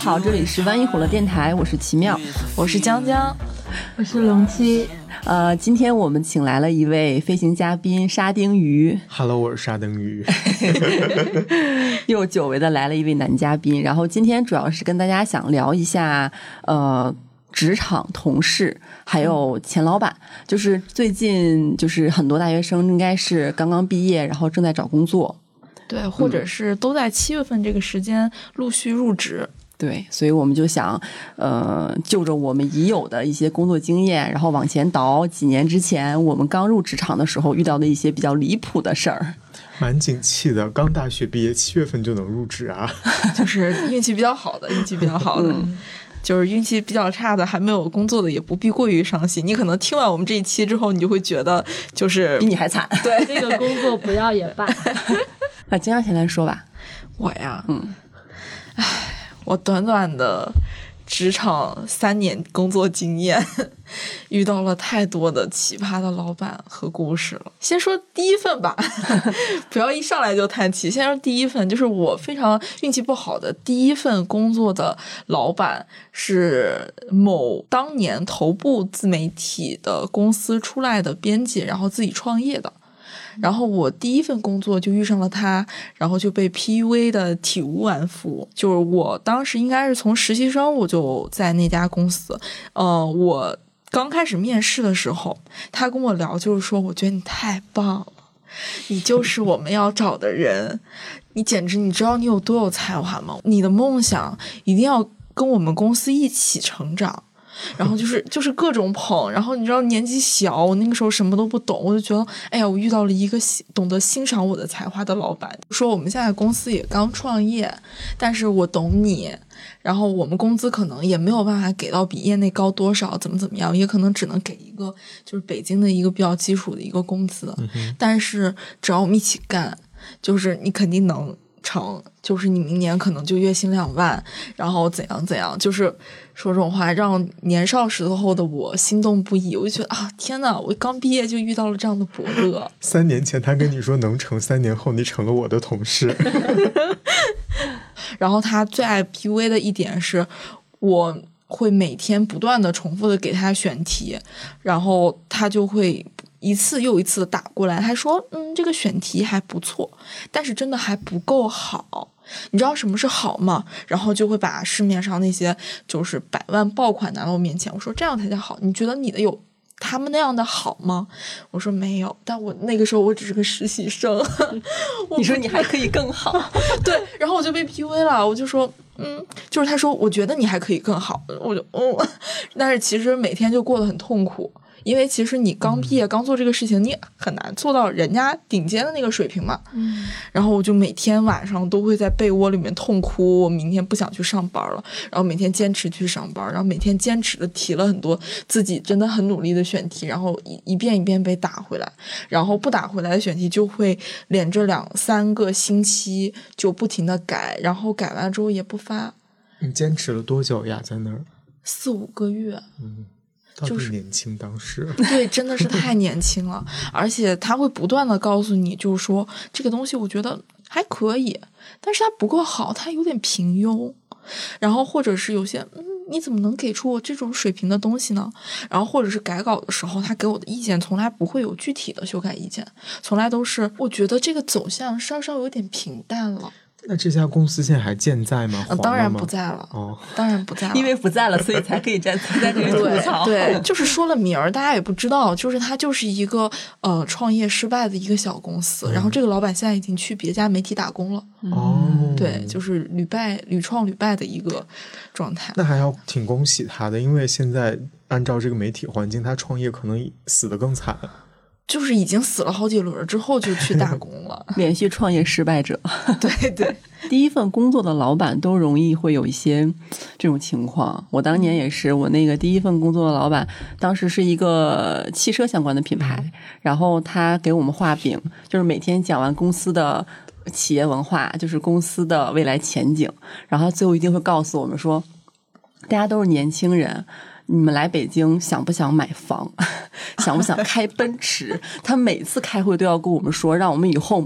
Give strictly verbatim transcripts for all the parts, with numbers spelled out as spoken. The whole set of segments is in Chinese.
好，这里是万一火了电台，我是奇妙， 我是江江， 我是龙七。 呃，今天我们请来了一位飞行嘉宾沙丁鱼。 Hello， 我是沙丁鱼。 又久违的来了一位男嘉宾，然后今天主要是跟大家想聊一下，呃。职场同事还有前老板，就是最近就是很多大学生应该是刚刚毕业，然后正在找工作， 对，或者是都在七月份这个时间陆续入职。 对，所以我们就想呃，就着我们已有的一些工作经验，然后往前倒几年之前我们刚入职场的时候遇到的一些比较离谱的事儿。 蛮景气的，刚大学毕业七月份就能入职啊， 就是运气比较好的运气比较好的、嗯就是运气比较差的还没有工作的也不必过于伤心，你可能听完我们这一期之后你就会觉得就是比你还惨， 对，这个工作不要也罢。 那经常先来说吧。 我呀嗯， 唉，我短短的职场三年工作经验遇到了太多的奇葩的老板和故事了。先说第一份吧不要一上来就叹气，先说第一份，就是我非常运气不好的第一份工作的老板是某当年头部自媒体的公司出来的编辑，然后自己创业的。然后我第一份工作就遇上了他，然后就被 P U A 的体无完肤。就是我当时应该是从实习生我就在那家公司，呃，我刚开始面试的时候，他跟我聊，就是说我觉得你太棒了，你就是我们要找的人，你简直你知道你有多有才华吗？你的梦想一定要跟我们公司一起成长。然后就是就是各种捧，然后你知道年纪小，我那个时候什么都不懂，我就觉得哎呀，我遇到了一个懂得欣赏我的才华的老板，说我们现在公司也刚创业，但是我懂你，然后我们工资可能也没有办法给到比业内高多少，怎么怎么样，也可能只能给一个就是北京的一个比较基础的一个工资、嗯、但是只要我们一起干，就是你肯定能成，就是你明年可能就月薪两万，然后怎样怎样，就是说这种话让年少时候的我心动不已。我就觉得啊，天哪，我刚毕业就遇到了这样的伯乐。 三年前他跟你说能成，三年后你成了我的同事。 然后他最爱 P U A 的一点是，我会每天不断的重复的给他选题，然后他就会一次又一次的打过来，他说嗯，这个选题还不错，但是真的还不够好，你知道什么是好吗？然后就会把市面上那些就是百万爆款拿到我面前，我说这样才叫好，你觉得你的有他们那样的好吗？我说没有，但我那个时候我只是个实习生。 你说你还可以更好。 对，然后我就被 P U A 了，我就说嗯，就是他说我觉得你还可以更好，我就嗯，但是其实每天就过得很痛苦，因为其实你刚毕业、嗯、刚做这个事情，你很难做到人家顶尖的那个水平嘛。嗯，然后我就每天晚上都会在被窝里面痛哭，我明天不想去上班了，然后每天坚持去上班，然后每天坚持的提了很多自己真的很努力的选题，然后一一遍一遍被打回来，然后不打回来的选题就会连着两三个星期就不停的改，然后改完之后也不发。 你坚持了多久呀？在那儿四五个月。 嗯，就是年轻，当时对，真的是太年轻了。而且他会不断的告诉你，就是说这个东西我觉得还可以，但是它不够好，它有点平庸。然后或者是有些嗯，你怎么能给出我这种水平的东西呢？然后或者是改稿的时候，他给我的意见从来不会有具体的修改意见，从来都是我觉得这个走向稍稍有点平淡了。 那这家公司现在还健在吗？ 嗯、当然不在了。 哦， 当然不在了， 因为不在了，所以才可以在在这里吐槽。 对，就是说了名儿，大家也不知道，就是他就是一个呃创业失败的一个小公司、嗯，然后这个老板现在已经去别家媒体打工了。 哦、嗯， 对，就是屡败屡创屡败的一个状态。 那还要挺恭喜他的，因为现在按照这个媒体环境，他创业可能死得更惨。 就是已经死了好几轮之后就去打工了。 连续创业失败者。 对对， 第一份工作的老板都容易会有一些这种情况。我当年也是，我那个第一份工作的老板当时是一个汽车相关的品牌，然后他给我们画饼，就是每天讲完公司的企业文化，就是公司的未来前景，然后最后一定会告诉我们说，大家都是年轻人，你们来北京想不想买房，想不想开奔驰？他每次开会都要跟我们说，让我们以后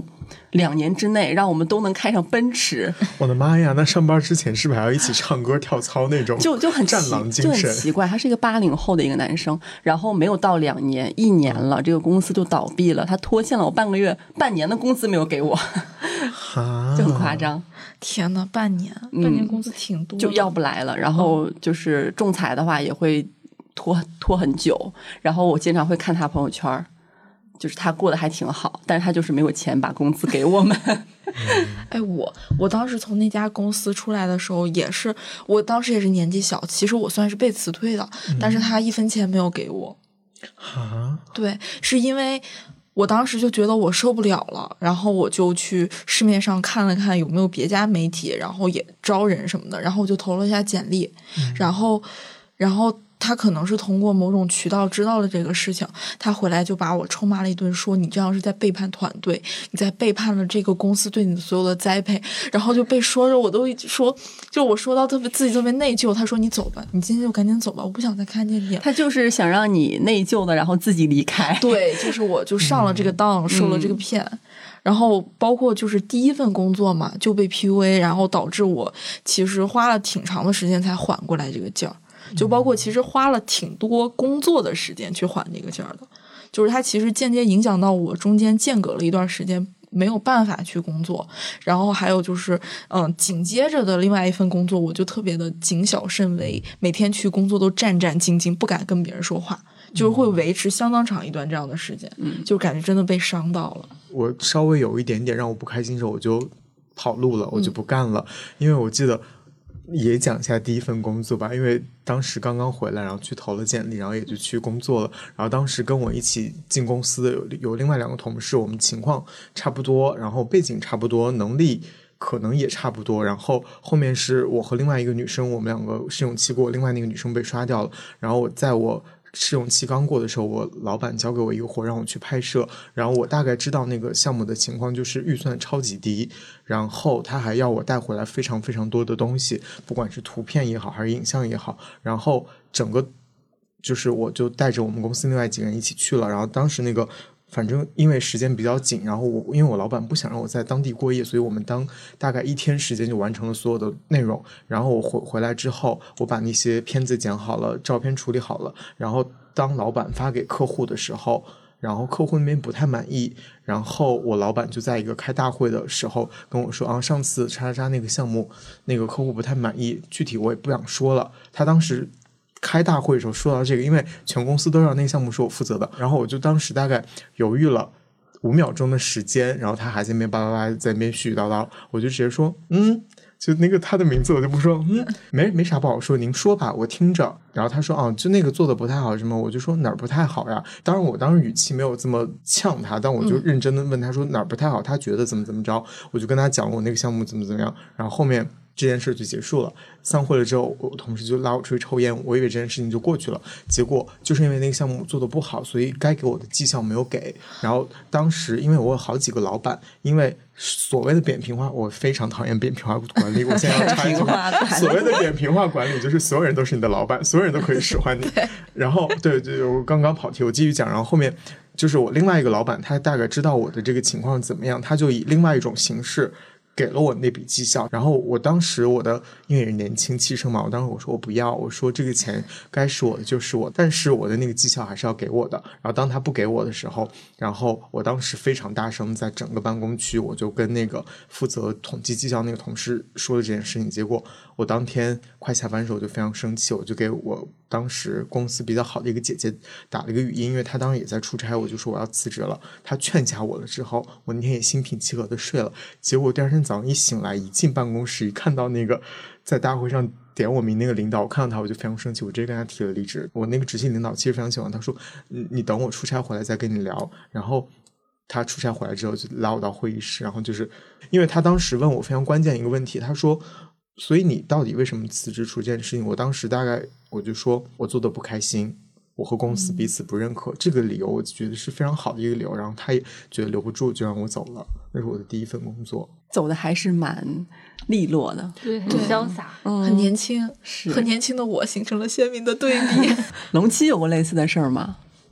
两年之内让我们都能开上奔驰。 我的妈呀，那上班之前是不是还要一起唱歌跳操那种？ 就就很战狼精就很神。 奇怪，他是一个八零后的一个男生，然后没有到两年，一年了，这个公司就倒闭了，他拖欠了我半个月、半年的工资没有给我，就很夸张。 天呐，半年，半年工资挺多的， 就要不来了。然后就是仲裁的话也会拖拖很久，然后我经常会看他朋友圈，就是他过得还挺好，但是他就是没有钱把工资给我们。 哎，我我当时从那家公司出来的时候，也是我当时也是年纪小，其实我算是被辞退的，嗯、但是他一分钱没有给我。 啊？ 对，是因为我当时就觉得我受不了了，然后我就去市面上看了看有没有别家媒体，然后也招人什么的，然后我就投了一下简历，嗯、然后，然后。他可能是通过某种渠道知道了这个事情，他回来就把我臭骂了一顿，说你这样是在背叛团队，你在背叛了这个公司对你所有的栽培，然后就被说着我都说，就我说到特别自己特别内疚。他说你走吧，你今天就赶紧走吧，我不想再看见你。 他就是想让你内疚的，然后自己离开。 对，就是我就上了这个当，嗯、受了这个骗。然后包括就是第一份工作嘛，就被 P U A， 然后导致我其实花了挺长的时间才缓过来这个劲儿。就包括其实花了挺多工作的时间去缓这个劲儿的，就是它其实间接影响到我中间间隔了一段时间没有办法去工作，然后还有就是嗯，紧接着的另外一份工作我就特别的谨小慎微，每天去工作都战战兢兢，不敢跟别人说话，就是会维持相当长一段这样的时间，嗯，就感觉真的被伤到了。 我稍微有一点点让我不开心的时候我就跑路了，我就不干了，嗯、因为我记得也讲一下第一份工作吧，因为当时刚刚回来，然后去投了简历，然后也就去工作了。然后当时跟我一起进公司的有有另外两个同事，我们情况差不多，然后背景差不多，能力可能也差不多。然后后面是我和另外一个女生，我们两个试用期过，另外那个女生被刷掉了。然后在我试用期刚过的时候，我老板交给我一个活让我去拍摄，然后我大概知道那个项目的情况就是预算超级低，然后他还要我带回来非常非常多的东西，不管是图片也好还是影像也好，然后整个就是我就带着我们公司另外几个人一起去了，然后当时那个反正因为时间比较紧，然后我因为我老板不想让我在当地过夜，所以我们当大概一天时间就完成了所有的内容。然后我回回来之后，我把那些片子剪好了，照片处理好了，然后当老板发给客户的时候，然后客户那边不太满意，然后我老板就在一个开大会的时候跟我说啊，上次叉叉叉那个项目那个客户不太满意，具体我也不想说了。他当时开大会的时候说到这个，因为全公司都让那个项目是我负责的，然后我就当时大概犹豫了五秒钟的时间，然后他还在那边巴拉巴拉在那边絮絮叨叨，我就直接说嗯，就那个他的名字我就不说，嗯，没没啥不好说，您说吧，我听着。然后他说啊，就那个做的不太好什么，我就说哪儿不太好呀。当然我当时语气没有这么呛他，但我就认真的问他说哪儿不太好，他觉得怎么怎么着，我就跟他讲我那个项目怎么怎么样，然后后面这件事就结束了。散会了之后，我同事就拉我出去抽烟，我以为这件事情就过去了，结果就是因为那个项目做的不好，所以该给我的绩效没有给。然后当时因为我有好几个老板，因为所谓的扁平化，我非常讨厌扁平化管理，我现在要插一句话，所谓的扁平化管理就是所有人都是你的老板，所有人都可以使唤你。然后对对，我刚刚跑题，我继续讲。然后后面就是我另外一个老板，他大概知道我的这个情况怎么样，他就以另外一种形式给了我那笔绩效。然后我当时我的因为是年轻气盛嘛，我当时我说我不要，我说这个钱该是我的就是我，但是我的那个绩效还是要给我的。然后当他不给我的时候，然后我当时非常大声在整个办公区，我就跟那个负责统计绩效那个同事说了这件事情。结果我当天快下班的时候我就非常生气，我就给我当时公司比较好的一个姐姐打了一个语音，因为她当时也在出差，我就说我要辞职了。她劝下我了之后，我那天也心平气和的睡了。结果第二天早上一醒来，一进办公室一看到那个在大会上点我名那个领导，我看到他我就非常生气，我直接跟他提了离职。我那个执行领导其实非常喜欢他，说你等我出差回来再跟你聊。然后他出差回来之后就拉我到会议室，然后就是因为他当时问我非常关键一个问题，他说所以你到底为什么辞职出这件事情。我当时大概我就说我做的不开心，我和公司彼此不认可，嗯、这个理由我觉得是非常好的一个理由。然后他也觉得留不住，就让我走了。那是我的第一份工作， 走的还是蛮利落的， 对，很潇洒， 嗯、很年轻， 是很年轻的我形成了鲜明的对比。 龙七有过类似的事儿吗？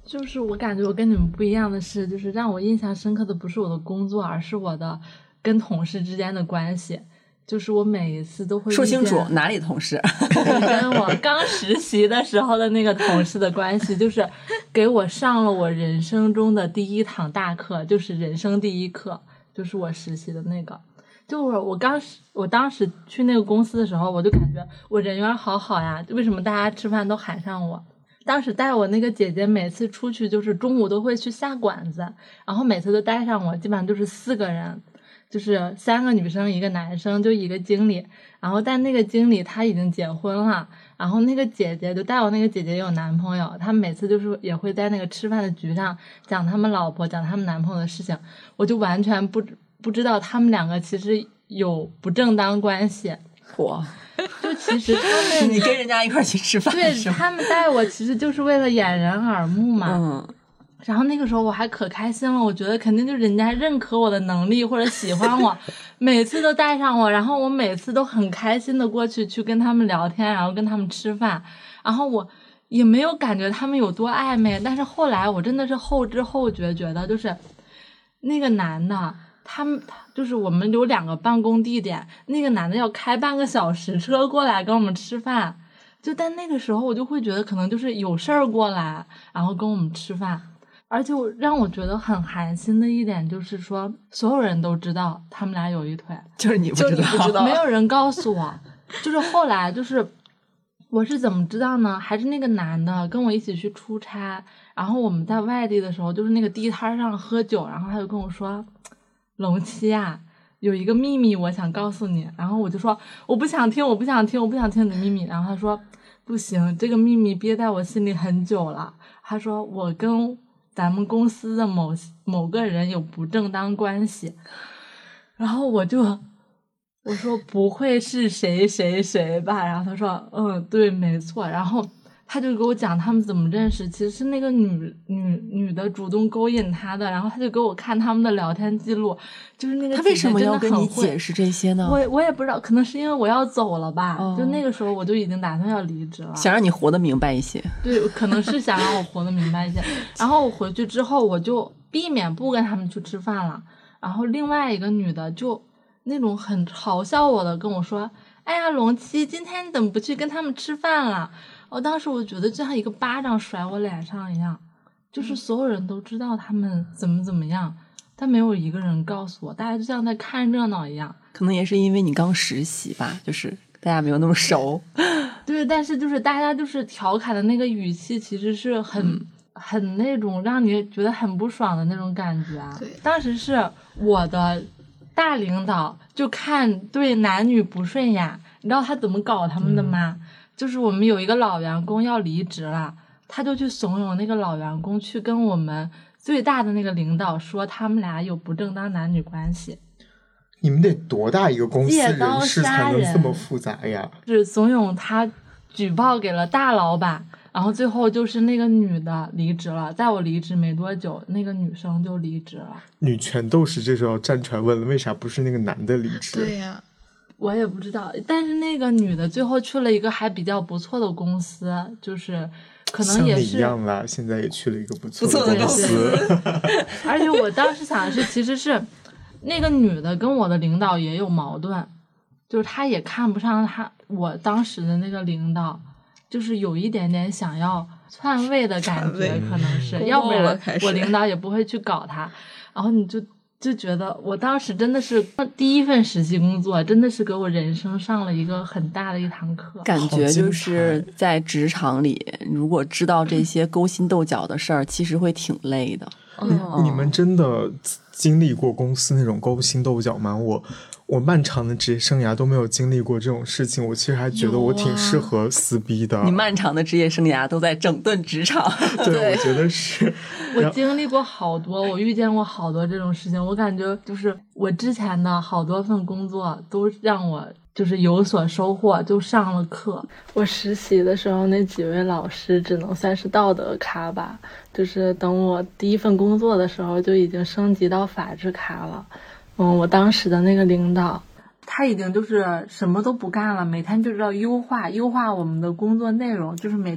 就是我感觉我跟你们不一样的是，就是让我印象深刻的不是我的工作，而是我的跟同事之间的关系。就是我每一次都会说清楚哪里同事， 跟我刚实习的时候的那个同事的关系，就是给我上了我人生中的第一堂大课，就是人生第一课，就是我实习的那个。就我我刚我当时去那个公司的时候，我就感觉我人缘好好呀，为什么大家吃饭都喊上我？当时带我那个姐姐每次出去就是中午都会去下馆子，然后每次都带上我，基本上就是四个人，就是三个女生一个男生，就一个经理。然后但那个经理他已经结婚了，然后那个姐姐就带我那个姐姐有男朋友，他每次就是也会在那个吃饭的局上讲他们老婆讲他们男朋友的事情，我就完全不不知道他们两个其实有不正当关系。 我就其实他们你跟人家一块去吃饭， 对他们带我其实就是为了掩人耳目嘛。 嗯， 然后那个时候我还可开心了，我觉得肯定就人家认可我的能力或者喜欢我，每次都带上我，然后我每次都很开心的过去去跟他们聊天，然后跟他们吃饭，然后我也没有感觉他们有多暧昧，但是后来我真的是后知后觉，觉得就是那个男的。他们就是我们有两个办公地点，那个男的要开半个小时车过来跟我们吃饭，就但那个时候我就会觉得可能就是有事儿过来，然后跟我们吃饭。而且我让我觉得很寒心的一点就是说，所有人都知道他们俩有一腿， 就是你不知道， 就你不知道没有人告诉我。就是后来就是我是怎么知道呢？还是那个男的跟我一起去出差，然后我们在外地的时候，就是那个地摊上喝酒，然后他就跟我说。龙七啊，有一个秘密我想告诉你，然后我就说我不想听，我不想听，我不想听你的秘密。然后他说不行，这个秘密憋在我心里很久了。他说我跟咱们公司的某某个人有不正当关系，然后我就我说不会是谁谁谁吧？然后他说嗯，对，没错。然后他就给我讲他们怎么认识，其实是那个女女女的主动勾引他的，然后他就给我看他们的聊天记录，就是那个他为什么要跟你姐姐真的很会解释这些呢？ 我我也不知道，可能是因为我要走了吧， 哦就那个时候我就已经打算要离职了， 想让你活得明白一些。 对，可能是想让我活得明白一些。然后我回去之后，我就避免不跟他们去吃饭了。然后另外一个女的就那种很嘲笑我的跟我说：“哎呀，龙七，今天你怎么不去跟他们吃饭了？”我当时我觉得就像一个巴掌甩我脸上一样，就是所有人都知道他们怎么怎么样，但没有一个人告诉我，大家就像在看热闹一样。 可能也是因为你刚实习吧，就是大家没有那么熟。 对，但是就是大家就是调侃的那个语气，其实是很、嗯、很那种让你觉得很不爽的那种感觉啊。 对， 当时是我的大领导就看对男女不顺眼，你知道他怎么搞他们的吗？嗯，就是我们有一个老员工要离职了，他就去怂恿那个老员工去跟我们最大的那个领导说他们俩有不正当男女关系。 你们得多大一个公司人事才能这么复杂呀？ 是怂恿他举报给了大老板，然后最后就是那个女的离职了，在我离职没多久，那个女生就离职了。 女权斗士这时候要站出来问了，为啥不是那个男的离职？ 对呀， 我也不知道，但是那个女的最后去了一个还比较不错的公司，就是可能也是像你一样啦，现在也去了一个不错的公司。 而且我当时想的是，其实是那个女的跟我的领导也有矛盾，就是她也看不上她我当时的那个领导，就是有一点点想要篡位的感觉，可能是，要不然我领导也不会去搞她。然后你就就觉得我当时真的是第一份实习工作，真的是给我人生上了一个很大的一堂课。 感觉就是在职场里，如果知道这些勾心斗角的事儿，其实会挺累的。 嗯，你们真的经历过公司那种勾心斗角吗？我我漫长的职业生涯都没有经历过这种事情，我其实还觉得我挺适合撕逼的。 你漫长的职业生涯都在整顿职场。 对，对，我觉得是。 我经历过好多，我遇见过好多这种事情，我感觉就是我之前的好多份工作都让我就是有所收获，就上了课。我实习的时候那几位老师只能算是道德咖吧，就是等我第一份工作的时候就已经升级到法制咖了。嗯，我当时的那个领导他已经就是什么都不干了，每天就知道优化优化我们的工作内容，就是每天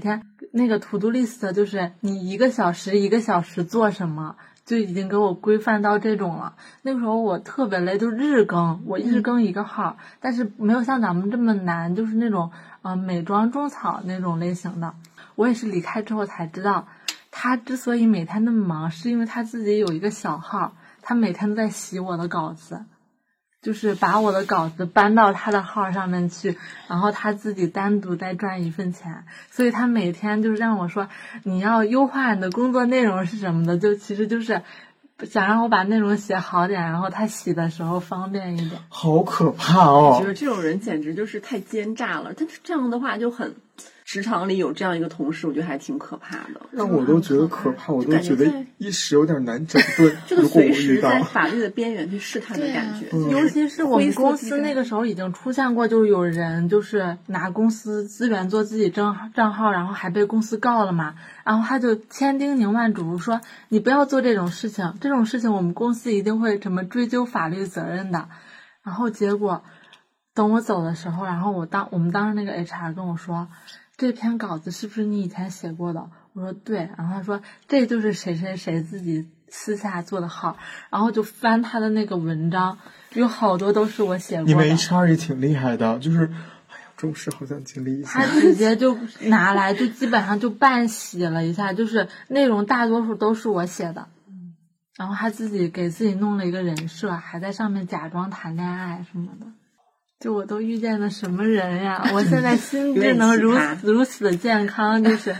那个 to do list 就是你一个小时一个小时做什么，就已经给我规范到这种了。那个时候我特别累，就日更，我日更一个号，嗯、但是没有像咱们这么难，就是那种呃美妆种草那种类型的。我也是离开之后才知道，他之所以每天那么忙，是因为他自己有一个小号，他每天都在洗我的稿子。就是把我的稿子搬到他的号上面去，然后他自己单独再赚一份钱，所以他每天就是让我说你要优化你的工作内容是什么的，就其实就是想让我把内容写好点，然后他洗的时候方便一点。 好可怕哦！ 我觉得这种人简直就是太奸诈了，但是这样的话就很。职场里有这样一个同事，我觉得还挺可怕的。 让我都觉得可怕，我都觉得一时有点难整顿。 这个随时在法律的边缘去试探的感觉， 嗯、 尤其是我们公司那个时候已经出现过，就有人就是拿公司资源做自己账账号，然后还被公司告了嘛。然后他就千叮咛万嘱咐说：“你不要做这种事情，这种事情我们公司一定会什么追究法律责任的。”然后结果等我走的时候，然后我当我们当时那个 H R 跟我说。这篇稿子是不是你以前写过的？我说对，然后他说这就是谁谁谁自己私下做的号，然后就翻他的那个文章，有好多都是我写过的。 你们 H R 也挺厉害的，就是哎呀，这种事好想经历一下。 他直接就拿来，就基本上就半洗了一下，就是内容大多数都是我写的，然后他自己给自己弄了一个人设，还在上面假装谈恋爱什么的。就我都遇见了什么人呀！我现在心智能如此如此的健康，就是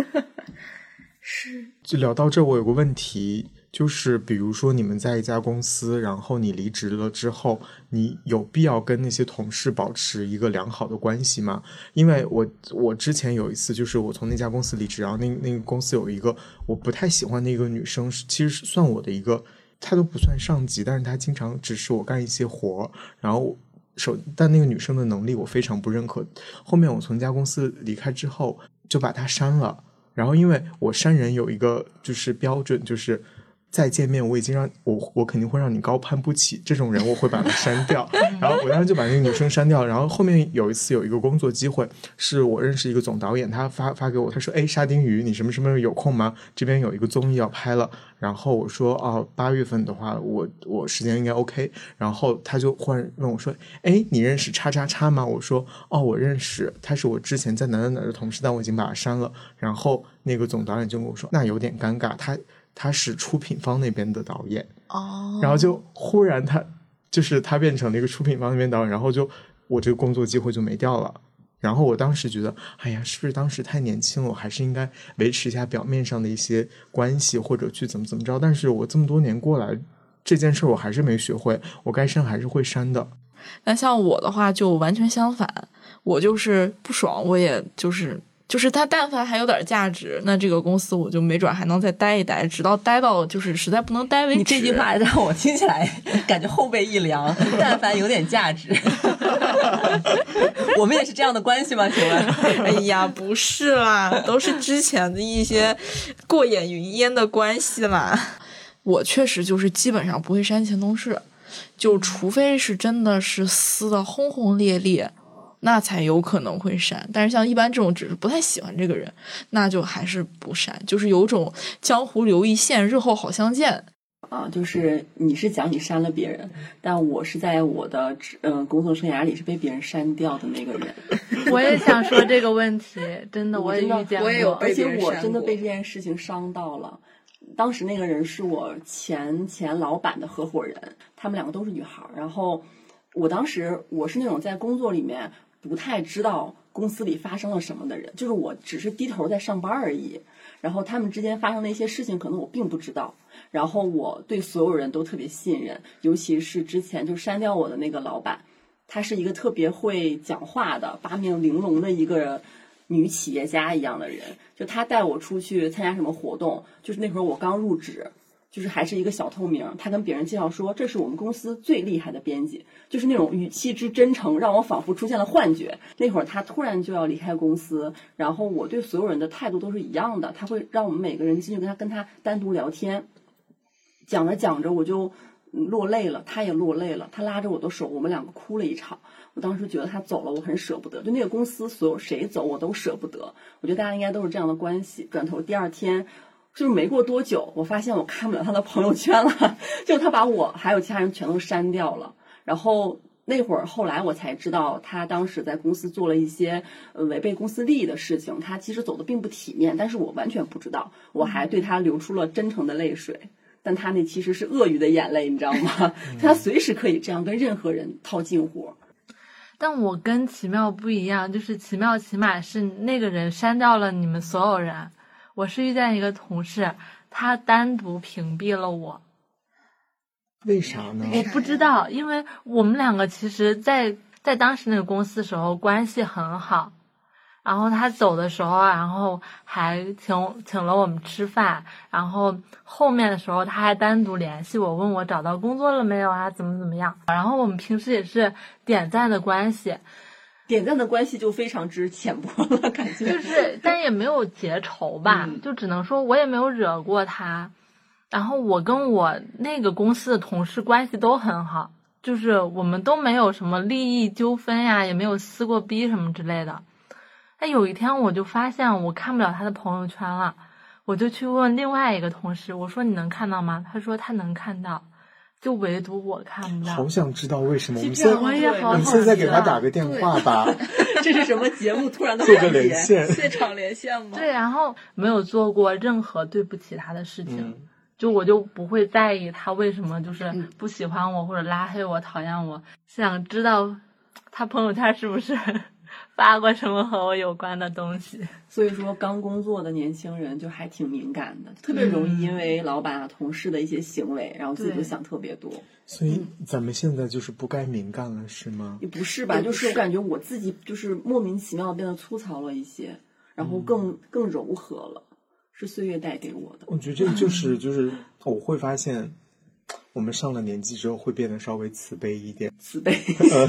是。 就聊到这，我有个问题，就是比如说你们在一家公司，然后你离职了之后，你有必要跟那些同事保持一个良好的关系吗？因为我我之前有一次，就是我从那家公司离职，然后那那个公司有一个我不太喜欢的一个女生，其实算我的一个，她都不算上级，但是她经常指示我干一些活，然后。首，但那个女生的能力我非常不认可。后面我从一家公司离开之后，就把她删了。然后因为我删人有一个就是标准，就是再见面我已经让我我肯定会让你高攀不起，这种人我会把他删掉。然后我当时就把那个女生删掉。然后后面有一次有一个工作机会，是我认识一个总导演，他发发给我，他说：“哎，沙丁鱼，你什么什么有空吗？这边有一个综艺要拍了。”然后我说：“哦，八月份的话，我我时间应该 OK。”然后他就忽然问我说：“哎，你认识叉叉叉吗？”我说：“哦，我认识，他是我之前在哪哪哪的同事，但我已经把他删了。”然后那个总导演就跟我说：“那有点尴尬，他。”他是出品方那边的导演哦， 然后就忽然他就是他变成了一个出品方那边导演，然后就我这个工作机会就没掉了。然后我当时觉得，哎呀，是不是当时太年轻了，我还是应该维持一下表面上的一些关系，或者去怎么怎么着。但是我这么多年过来，这件事我还是没学会，我该删还是会删的。 但像我的话就完全相反，我就是不爽，我也就是就是他但凡还有点价值，那这个公司我就没准还能再待一待，直到待到就是实在不能待为止。 你这句话让我听起来感觉后背一凉，但凡有点价值。我们也是这样的关系吗？请问？ 哎呀，不是啦，都是之前的一些过眼云烟的关系啦。我确实就是基本上不会删前同事，就除非是真的是撕的轰轰烈烈，那才有可能会删。但是像一般这种只是不太喜欢这个人，那就还是不删，就是有种江湖留一线，日后好相见啊。就是你是讲你删了别人，但我是在我的嗯、呃、工作生涯里是被别人删掉的那个人。 我也想说这个问题，真的我也遇见过， 我也有被别人删过， 而且我真的被这件事情伤到了。当时那个人是我前前老板的合伙人，他们两个都是女孩。然后我当时我是那种在工作里面不太知道公司里发生了什么的人，就是我只是低头在上班而已，然后他们之间发生的一些事情可能我并不知道，然后我对所有人都特别信任，尤其是之前就删掉我的那个老板，她是一个特别会讲话的八面玲珑的一个女企业家一样的人。就她带我出去参加什么活动，就是那会儿我刚入职，就是还是一个小透明，他跟别人介绍说这是我们公司最厉害的编辑，就是那种语气之真诚让我仿佛出现了幻觉。那会儿他突然就要离开公司，然后我对所有人的态度都是一样的，他会让我们每个人进去跟他跟他单独聊天，讲着讲着我就落泪了，他也落泪了，他拉着我的手，我们两个哭了一场。我当时觉得他走了，我很舍不得，就那个公司所有谁走我都舍不得。我觉得大家应该都是这样的关系。转头第二天，就是没过多久，我发现我看不了他的朋友圈了，就他把我还有其他人全都删掉了。然后那会儿后来我才知道，他当时在公司做了一些呃违背公司利益的事情，他其实走的并不体面，但是我完全不知道，我还对他流出了真诚的泪水。但他那其实是鳄鱼的眼泪，你知道吗？他随时可以这样跟任何人套近乎。 但我跟奇妙不一样，就是奇妙起码是那个人删掉了你们所有人，我是遇见一个同事，他单独屏蔽了我。 为啥呢？ 我不知道，因为我们两个其实在在当时那个公司的时候关系很好，然后他走的时候，然后还请请了我们吃饭，然后后面的时候他还单独联系我，问我找到工作了没有啊，怎么怎么样。然后我们平时也是点赞的关系， 点赞的关系就非常之浅薄了，感觉就是，但也没有结仇吧， 嗯、 就只能说我也没有惹过他。然后我跟我那个公司的同事关系都很好，就是我们都没有什么利益纠纷呀，也没有撕过逼什么之类的。但有一天我就发现我看不了他的朋友圈了，我就去问另外一个同事，我说你能看到吗？他说他能看到，就唯独我看不到。 好想知道为什么。我们现在我也好我们现在给他打个电话吧。 这是什么节目？突然的做个连线， 现场连线吗？ 对，然后没有做过任何对不起他的事情。 嗯， 就我就不会在意他为什么就是不喜欢我或者拉黑我讨厌我，想知道他朋友圈是不是发过什么和我有关的东西。 所以说刚工作的年轻人就还挺敏感的，特别容易因为老板啊同事的一些行为然后自己就想特别多。 所以咱们现在就是不该敏感了是吗？ 也不是吧，就是我感觉我自己就是莫名其妙变得粗糙了一些，然后更、嗯、更柔和了，是岁月带给我的。 我觉得这就是就是我会发现我们上了年纪之后会变得稍微慈悲一点， 慈悲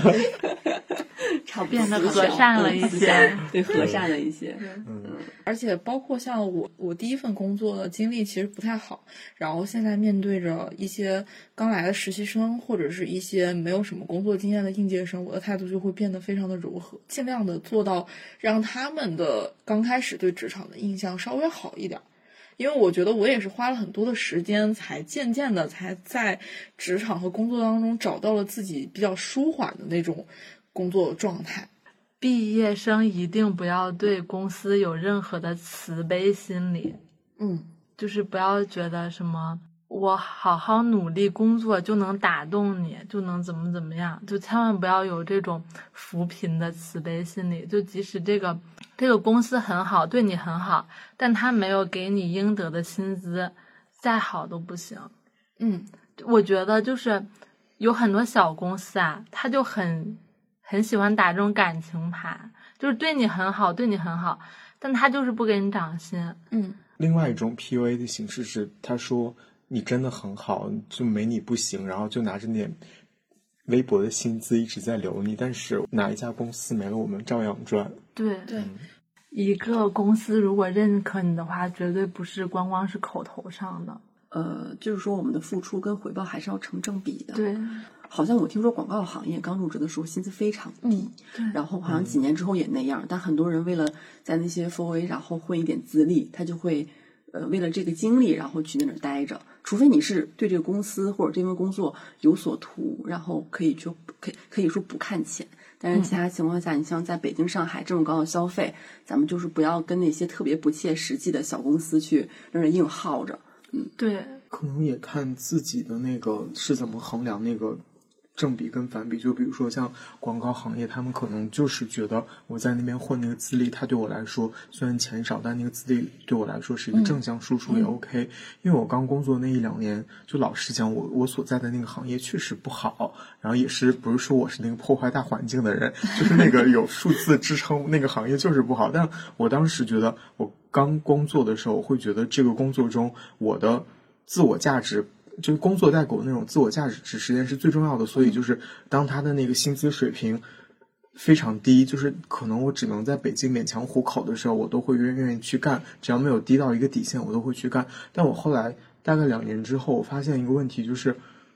差不多变得和善了一些， 对，和善了一些。 嗯，而且包括像我，我第一份工作的经历其实不太好，然后现在面对着一些刚来的实习生或者是一些没有什么工作经验的应届生，我的态度就会变得非常的柔和，尽量的做到让他们的刚开始对职场的印象稍微好一点。因为我觉得我也是花了很多的时间，才渐渐的才在职场和工作当中找到了自己比较舒缓的那种工作状态。 毕业生一定不要对公司有任何的慈悲心理， 嗯， 就是不要觉得什么我好好努力工作就能打动你，就能怎么怎么样，就千万不要有这种扶贫的慈悲心理。就即使这个这个公司很好，对你很好，但他没有给你应得的薪资，再好都不行。 嗯， 我觉得就是有很多小公司啊，他就很很喜欢打这种感情牌，就是对你很好，对你很好，但他就是不给你涨薪。 嗯， 另外一种 P U A 的形式是，他说你真的很好，就没你不行，然后就拿着那点微薄的薪资一直在留你，但是哪一家公司没了我们照样赚。 对对、 嗯， 一个公司如果认可你的话，绝对不是光光是口头上的。 呃，就是说我们的付出跟回报还是要成正比的。 对， 好像我听说广告行业刚入职的时候薪资非常低， 嗯、 然后好像几年之后也那样、嗯、但很多人为了在那些 F O A 然后混一点资历，他就会呃为了这个经历然后去那儿待着，除非你是对这个公司或者这份工作有所图，然后可以就可以可以说不看钱，但是其他情况下、嗯、你像在北京上海这么高的消费，咱们就是不要跟那些特别不切实际的小公司去让人硬耗着。嗯， 对， 可能也看自己的那个是怎么衡量那个正比跟反比。就比如说像广告行业，他们可能就是觉得我在那边混那个资历，它对我来说虽然钱少，但那个资历对我来说是一个正向输出也 OK、嗯、因为我刚工作那一两年，就老实讲，我我所在的那个行业确实不好，然后也是不是说我是那个破坏大环境的人，就是那个有数字支撑那个行业就是不好。但我当时觉得我刚工作的时候，我会觉得这个工作中我的自我价值，就是工作带给我那种自我价值实验是最重要的。所以就是当他的那个薪资水平非常低，就是可能我只能在北京勉强糊口的时候，我都会愿愿意去干，只要没有低到一个底线我都会去干。但我后来大概两年之后，我发现一个问题，就是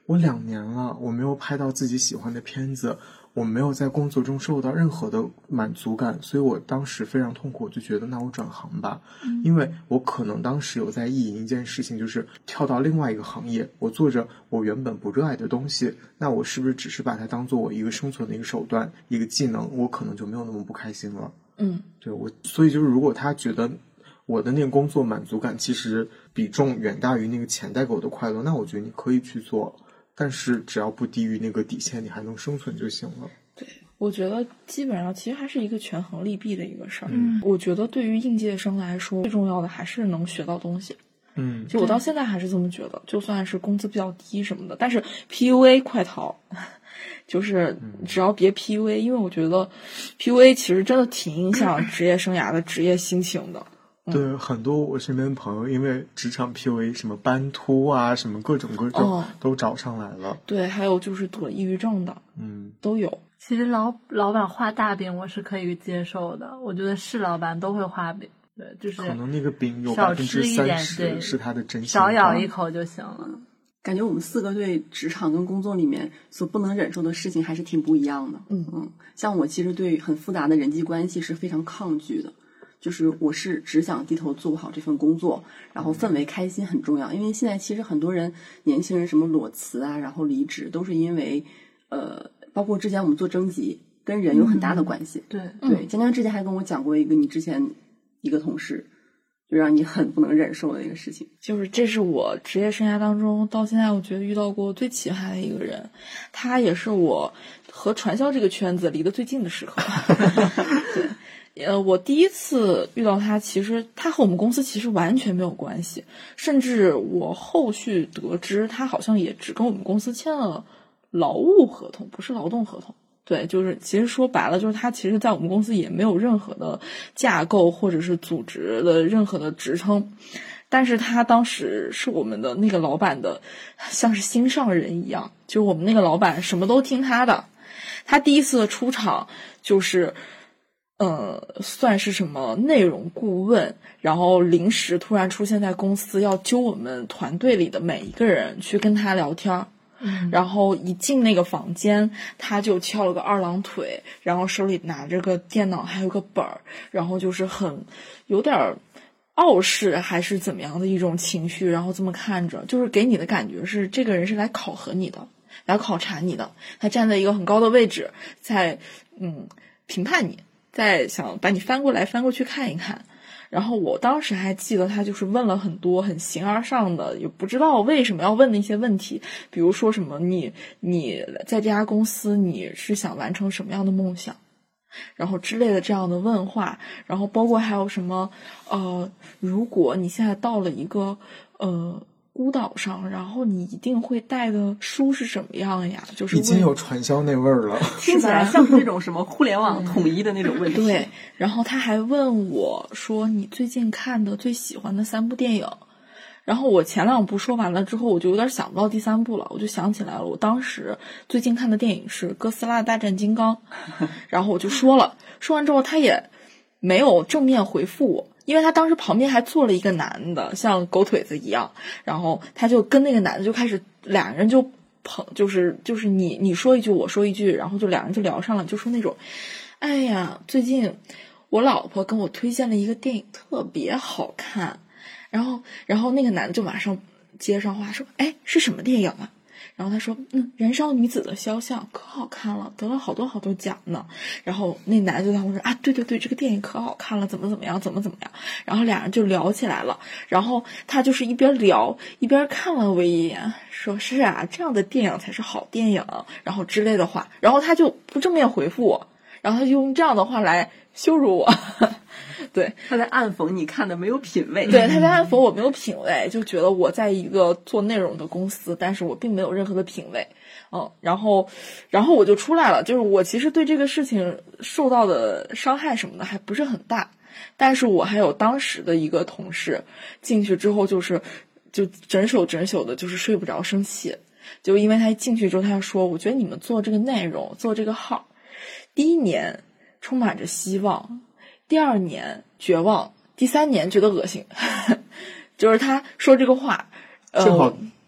我两年了，我没有拍到自己喜欢的片子，我没有在工作中受到任何的满足感，所以我当时非常痛苦，我就觉得那我转行吧、嗯、因为我可能当时有在意淫一件事情，就是跳到另外一个行业，我做着我原本不热爱的东西，那我是不是只是把它当做我一个生存的一个手段，一个技能，我可能就没有那么不开心了。 嗯， 对，我所以就是如果他觉得我的那个工作满足感其实比重远大于那个钱带给我的快乐，那我觉得你可以去做，但是只要不低于那个底线，你还能生存就行了。 对，我觉得基本上其实还是一个权衡利弊的一个事儿。 嗯， 我觉得对于应届生来说，最重要的还是能学到东西。 嗯， 就我到现在还是这么觉得，就算是工资比较低什么的，但是 P U A 快逃，就是只要别 P U A，、嗯、因为我觉得 P U A 其实真的挺影响职业生涯的职业心情的。 对、嗯、很多我身边的朋友因为职场 P U A 什么斑秃啊什么各种各种都找上来了、哦、 对，还有就是得抑郁症的嗯都有。 其实老老板画大饼我是可以接受的，我觉得是老板都会画饼，对，就是可能那个饼有百分之三十是他的真心话， 少咬一口就行了。 感觉我们四个对职场跟工作里面所不能忍受的事情还是挺不一样的。 嗯嗯，像我其实对很复杂的人际关系是非常抗拒的，就是我是只想低头做好这份工作，然后氛围开心很重要。因为现在其实很多人年轻人什么裸辞啊，然后离职都是因为呃，包括之前我们做征集跟人有很大的关系。 嗯、 对对，江江之前还跟我讲过一个你之前一个同事就让你很不能忍受的一个事情， 就是这是我职业生涯当中到现在我觉得遇到过最奇葩的一个人，他也是我和传销这个圈子离得最近的时刻。对，呃，我第一次遇到他，其实他和我们公司其实完全没有关系，甚至我后续得知他好像也只跟我们公司签了劳务合同，不是劳动合同。对，就是其实说白了，就是他其实在我们公司也没有任何的架构或者是组织的任何的职称，但是他当时是我们的那个老板的像是心上人一样，就是我们那个老板什么都听他的。他第一次出场就是呃，算是什么内容顾问，然后临时突然出现在公司，要揪我们团队里的每一个人去跟他聊天。 嗯、 然后一进那个房间，他就翘了个二郎腿，然后手里拿着个电脑还有个本儿，然后就是很有点傲视还是怎么样的一种情绪，然后这么看着，就是给你的感觉是这个人是来考核你的，来考察你的，他站在一个很高的位置，在嗯评判你，在想把你翻过来翻过去看一看。然后我当时还记得他就是问了很多很形而上的，也不知道为什么要问的一些问题，比如说什么你你在这家公司你是想完成什么样的梦想，然后之类的这样的问话，然后包括还有什么呃，如果你现在到了一个呃孤岛上，然后你一定会带的书是什么样呀？就是已经有传销那味儿了， 听起来像是那种什么互联网统一的那种问题。 对，然后他还问我说你最近看的最喜欢的三部电影，然后我前两部说完了之后，我就有点想不到第三部了，我就想起来了，我当时最近看的电影是《哥斯拉大战金刚》，然后我就说了，说完之后他也没有正面回复我。因为他当时旁边还坐了一个男的，像狗腿子一样，然后他就跟那个男的就开始，两人就捧，就是就是你你说一句我说一句，然后就两人就聊上了，就说那种，哎呀，最近我老婆跟我推荐了一个电影特别好看，然后然后那个男的就马上接上话说，哎，是什么电影啊？然后他说，嗯，燃烧女子的肖像可好看了，得了好多好多奖呢。然后那男的就他们说啊，对对对，这个电影可好看了，怎么怎么样，怎么怎么样。然后俩人就聊起来了。然后他就是一边聊一边看了我一眼，说是啊，这样的电影才是好电影，然后之类的话。然后他就不正面回复我，然后他就用这样的话来羞辱我。对， 他在暗讽你看的没有品味。 对，他在暗讽我没有品味，就觉得我在一个做内容的公司，但是我并没有任何的品味。嗯，然后，然后我就出来了。就是我其实对这个事情受到的伤害什么的还不是很大，但是我还有当时的一个同事进去之后，就是就整宿整宿的，就是睡不着，生气。就因为他一进去之后，他说：“我觉得你们做这个内容，做这个号，第一年充满着希望。”第二年绝望，第三年觉得恶心。就是他说这个话，呃， 正好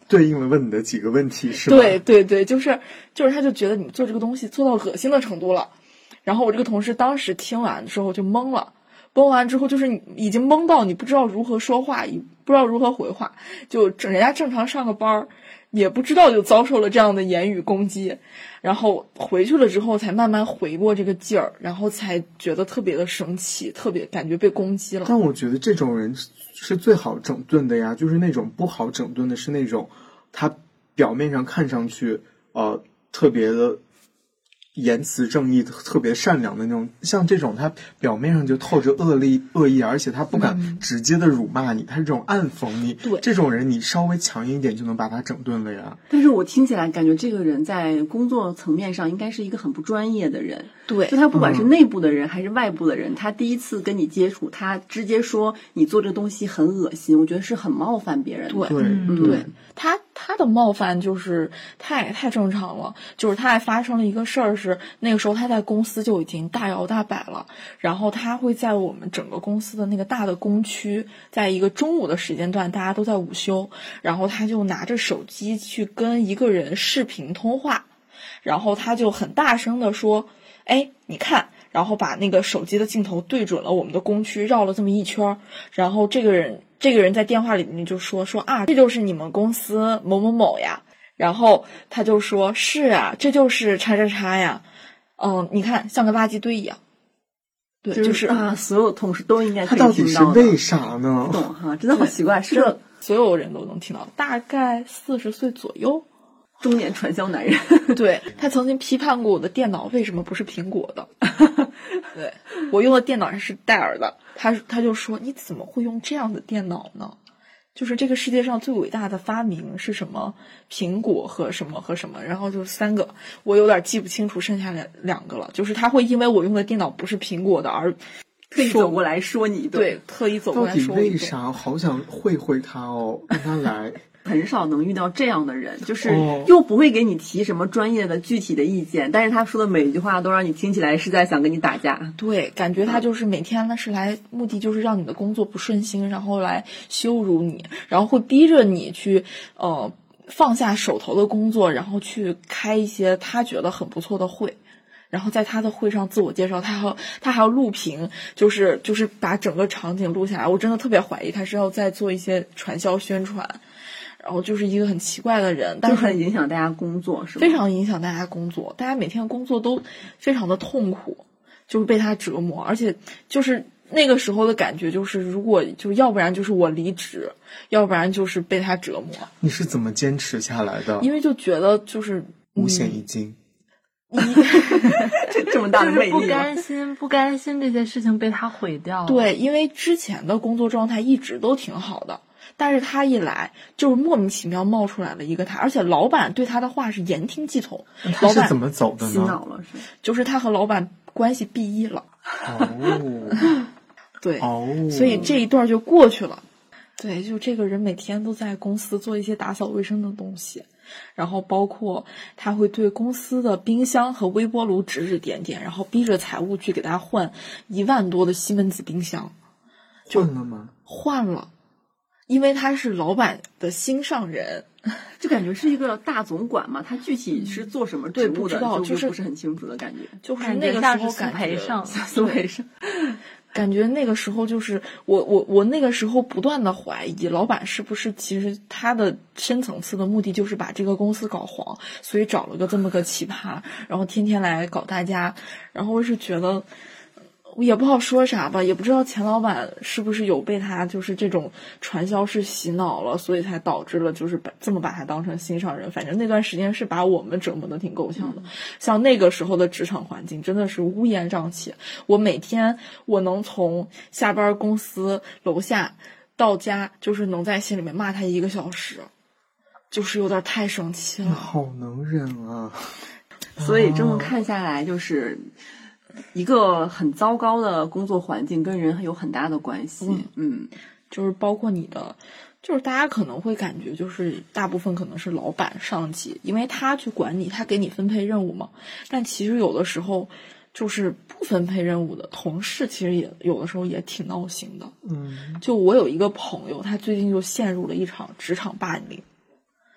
对应了问你的几个问题是吧？ 对对对，就是就是他就觉得你做这个东西做到恶心的程度了。然后我这个同事当时听完之后就懵了，懵完之后就是你已经懵到你不知道如何说话，也不知道如何回话，就人家正常上个班也不知道就遭受了这样的言语攻击，然后回去了之后才慢慢回过这个劲儿，然后才觉得特别的生气，特别感觉被攻击了。 但我觉得这种人是最好整顿的呀，就是那种不好整顿的是那种他表面上看上去呃特别的言辞正义、特别善良的那种，像这种他表面上就透着恶意恶意，而且他不敢直接的辱骂你，嗯、他是这种暗讽你。 对， 这种人你稍微强硬一点就能把他整顿了呀。 但是我听起来感觉这个人在工作层面上应该是一个很不专业的人。 对， 就他不管是内部的人还是外部的人，嗯、他第一次跟你接触，他直接说你做这个东西很恶心，我觉得是很冒犯别人的。 对， 对， 嗯、对，他他的冒犯就是太太正常了，就是他还发生了一个事儿是那个时候他在公司就已经大摇大摆了，然后他会在我们整个公司的那个大的工区，在一个中午的时间段，大家都在午休，然后他就拿着手机去跟一个人视频通话，然后他就很大声的说，哎，你看，然后把那个手机的镜头对准了我们的工区，绕了这么一圈，然后这个人这个人在电话里面就说说啊，这就是你们公司某某某呀，然后他就说是啊，这就是叉叉叉呀，嗯，你看像个垃圾堆一样。对， 就是、 就是啊，所有同事都应该可以他到底是听到的。 为啥呢？ 不懂哈，真的好奇怪，是个所有人都能听到，大概四十岁左右， 中年传销男人。 对，他曾经批判过我的电脑为什么不是苹果的。对，我用的电脑是戴尔的，他他就说你怎么会用这样的电脑呢？就是这个世界上最伟大的发明是什么？苹果和什么和什么？然后就三个，我有点记不清楚剩下两两个了。就是他会因为我用的电脑不是苹果的而特意走过来说你一顿， 对，特意走过来说到底为啥？好想会会他哦，让他来。 很少能遇到这样的人，就是又不会给你提什么专业的具体的意见，但是他说的每一句话都让你听起来是在想跟你打架。 对，感觉他就是每天呢是来目的就是让你的工作不顺心，然后来羞辱你，然后会逼着你去呃放下手头的工作，然后去开一些他觉得很不错的会。然后在他的会上自我介绍，他还要他还要录屏，就是就是把整个场景录下来。我真的特别怀疑他是要在做一些传销宣传。然后就是一个很奇怪的人，但是很影响大家工作，是吧？ 非常影响大家工作，大家每天工作都非常的痛苦，就是被他折磨，而且就是那个时候的感觉就是，如果就要不然就是我离职，要不然就是被他折磨。 你是怎么坚持下来的？ 因为就觉得就是五险一金， 这这么大的魅力， 不甘心，不甘心这些事情被他毁掉了。 对，因为之前的工作状态一直都挺好的。但是他一来就是莫名其妙冒出来了一个他，而且老板对他的话是言听计从。 他是怎么走的呢？ 洗脑了是？ 就是他和老板关系 B 一了。 哦， 对， 哦， 所以这一段就过去了。对，就这个人每天都在公司做一些打扫卫生的东西，然后包括他会对公司的冰箱和微波炉指指点点，然后逼着财务去给他换一万多的西门子冰箱。 换了吗？ 换了。因为他是老板的心上人， 就感觉是一个大总管嘛，他具体是做什么职务的， 就就是不是很清楚的感觉。 就是那个时候感觉上， 苏培盛， 感觉那个时候就是我我我那个时候不断的怀疑老板是不是其实他的深层次的目的就是把这个公司搞黄，所以找了个这么个奇葩，然后天天来搞大家，然后我是觉得。我也不好说啥吧，也不知道钱老板是不是有被他就是这种传销式洗脑了，所以才导致了就是把这么把他当成心上人。反正那段时间是把我们折磨的挺够呛的，嗯、像那个时候的职场环境真的是乌烟瘴气。我每天我能从下班公司楼下到家，就是能在心里面骂他一个小时，就是有点太生气了。 好能忍啊！ 所以这么看下来，就是。一个很糟糕的工作环境跟人有很大的关系，嗯， 嗯就是包括你的，就是大家可能会感觉就是大部分可能是老板上级，因为他去管你，他给你分配任务嘛。但其实有的时候就是不分配任务的同事，其实也有的时候也挺闹心的。 嗯， 就我有一个朋友，他最近就陷入了一场职场霸凌。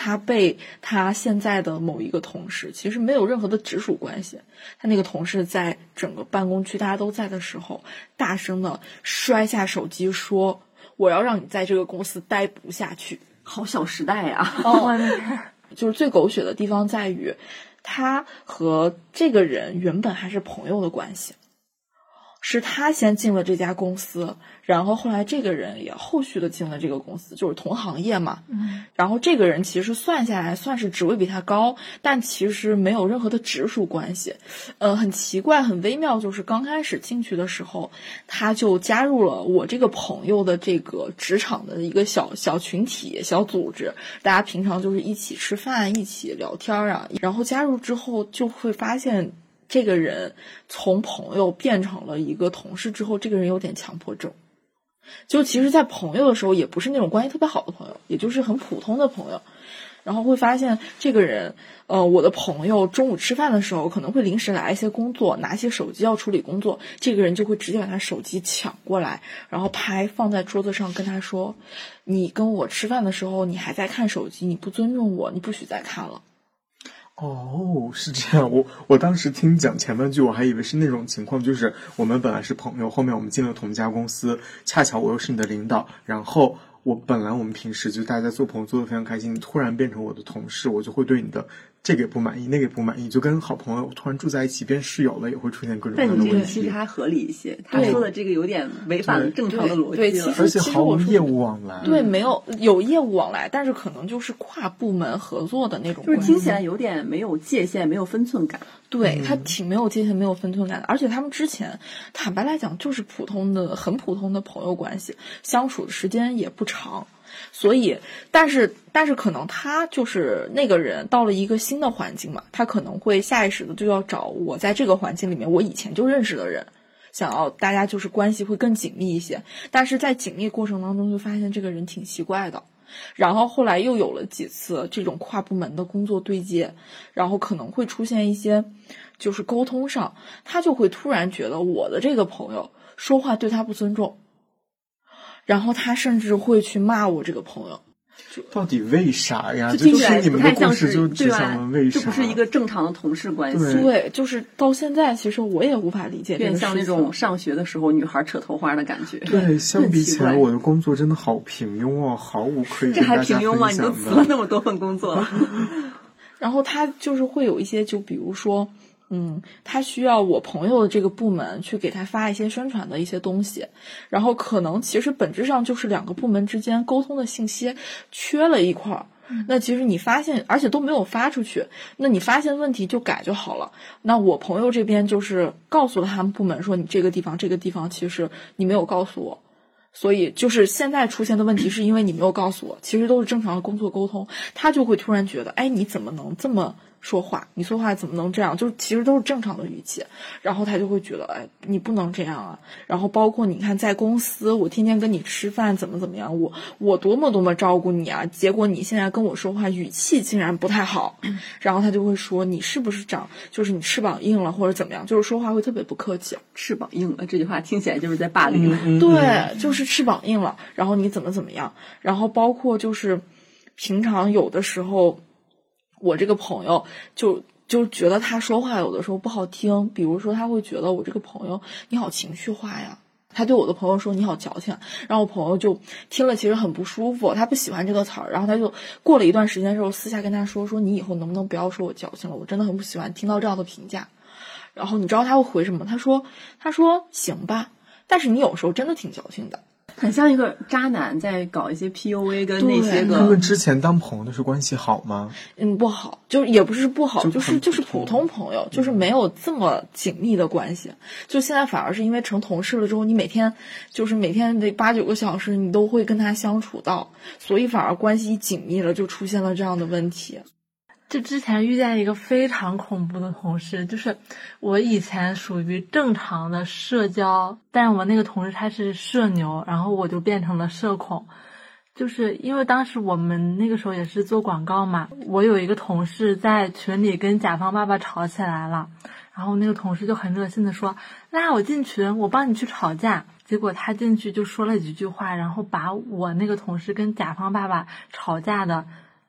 他被他现在的某一个同事，其实没有任何的直属关系，他那个同事在整个办公区大家都在的时候，大声的摔下手机说，我要让你在这个公司待不下去。 好小时代呀、啊！ 哦，就是最狗血的地方在于，他和这个人原本还是朋友的关系，是他先进了这家公司，然后后来这个人也后续的进了这个公司，就是同行业嘛。嗯，然后这个人其实算下来算是职位比他高，但其实没有任何的直属关系。呃，很奇怪很微妙，就是刚开始进去的时候，他就加入了我这个朋友的这个职场的一个小小群体小组织，大家平常就是一起吃饭一起聊天啊，然后加入之后就会发现这个人从朋友变成了一个同事之后，这个人有点强迫症。就其实在朋友的时候也不是那种关系特别好的朋友，也就是很普通的朋友，然后会发现这个人呃，我的朋友中午吃饭的时候可能会临时来一些工作，拿些手机要处理工作，这个人就会直接把他手机抢过来，然后拍放在桌子上跟他说，你跟我吃饭的时候你还在看手机，你不尊重我，你不许再看了。 哦，是这样。我我当时听讲前半句，我还以为是那种情况，就是我们本来是朋友，后面我们进了同一家公司，恰巧我又是你的领导，然后我本来我们平时就大家做朋友做得非常开心，你突然变成我的同事，我就会对你的这个也不满意，那个也不满意，就跟好朋友突然住在一起变室友了，也会出现各种各样的问题。 但你这个其实还合理一些，他说的这个有点违反了正常的逻辑了。 对，对其实而且毫无业务往来。 对，没有有业务往来，但是可能就是跨部门合作的那种关系， 就是听起来有点没有界限，没有分寸感。 对，他挺没有界限没有分寸感的，而且他们之前坦白来讲就是普通的很普通的朋友关系，相处的时间也不长。所以但是但是可能他就是那个人到了一个新的环境嘛，他可能会下意识的就要找我在这个环境里面我以前就认识的人，想要大家就是关系会更紧密一些，但是在紧密过程当中就发现这个人挺奇怪的，然后后来又有了几次这种跨部门的工作对接，然后可能会出现一些就是沟通上，他就会突然觉得我的这个朋友说话对他不尊重，然后他甚至会去骂我这个朋友。 到底为啥呀？ 就听起来你们的故事就只对吧？ 想问为啥？ 这不是一个正常的同事关系。 对， 对，就是到现在其实我也无法理解这个事情， 像那种上学的时候女孩扯头花的感觉。 对，相比起来我的工作真的好平庸哦，毫无可以跟大家分享的。 这还平庸吗？你都辞了那么多份工作了。 然后他就是会有一些，就比如说嗯，他需要我朋友的这个部门去给他发一些宣传的一些东西，然后可能其实本质上就是两个部门之间沟通的信息缺了一块儿。那其实你发现，而且都没有发出去，那你发现问题就改就好了。那我朋友这边就是告诉了他们部门说，你这个地方这个地方其实你没有告诉我，所以就是现在出现的问题是因为你没有告诉我，其实都是正常的工作沟通。他就会突然觉得，哎，你怎么能这么说话，你说话怎么能这样，就是其实都是正常的语气，然后他就会觉得，哎，你不能这样啊。然后包括你看在公司我天天跟你吃饭怎么怎么样，我我多么多么照顾你啊，结果你现在跟我说话语气竟然不太好，然后他就会说你是不是长就是你翅膀硬了或者怎么样，就是说话会特别不客气。 翅膀硬了这句话听起来就是在霸凌。 嗯嗯、 对，就是翅膀硬了，然后你怎么怎么样，然后包括就是平常有的时候我这个朋友就就觉得他说话有的时候不好听，比如说他会觉得我这个朋友你好情绪化呀，他对我的朋友说你好矫情，然后我朋友就听了其实很不舒服，他不喜欢这个词儿，然后他就过了一段时间之后私下跟他说说你以后能不能不要说我矫情了，我真的很不喜欢听到这样的评价。然后你知道他会回什么？他说他说行吧，但是你有时候真的挺矫情的。 很像一个渣男在搞一些 P U A 跟那些个。 他们之前当朋友的时候关系好吗？ 嗯，不好，就是也不是不好， 就就是就是普通朋友，就是没有这么紧密的关系。就现在反而是因为成同事了之后，你每天就是每天得八九个小时，你都会跟他相处到，所以反而关系紧密了，就出现了这样的问题。 就之前遇见一个非常恐怖的同事，就是我以前属于正常的社交，但我那个同事他是社牛，然后我就变成了社恐。就是因为当时我们那个时候也是做广告嘛，我有一个同事在群里跟甲方爸爸吵起来了，然后那个同事就很热心的说拉我进群，我帮你去吵架。结果他进去就说了几句话，然后把我那个同事跟甲方爸爸吵架的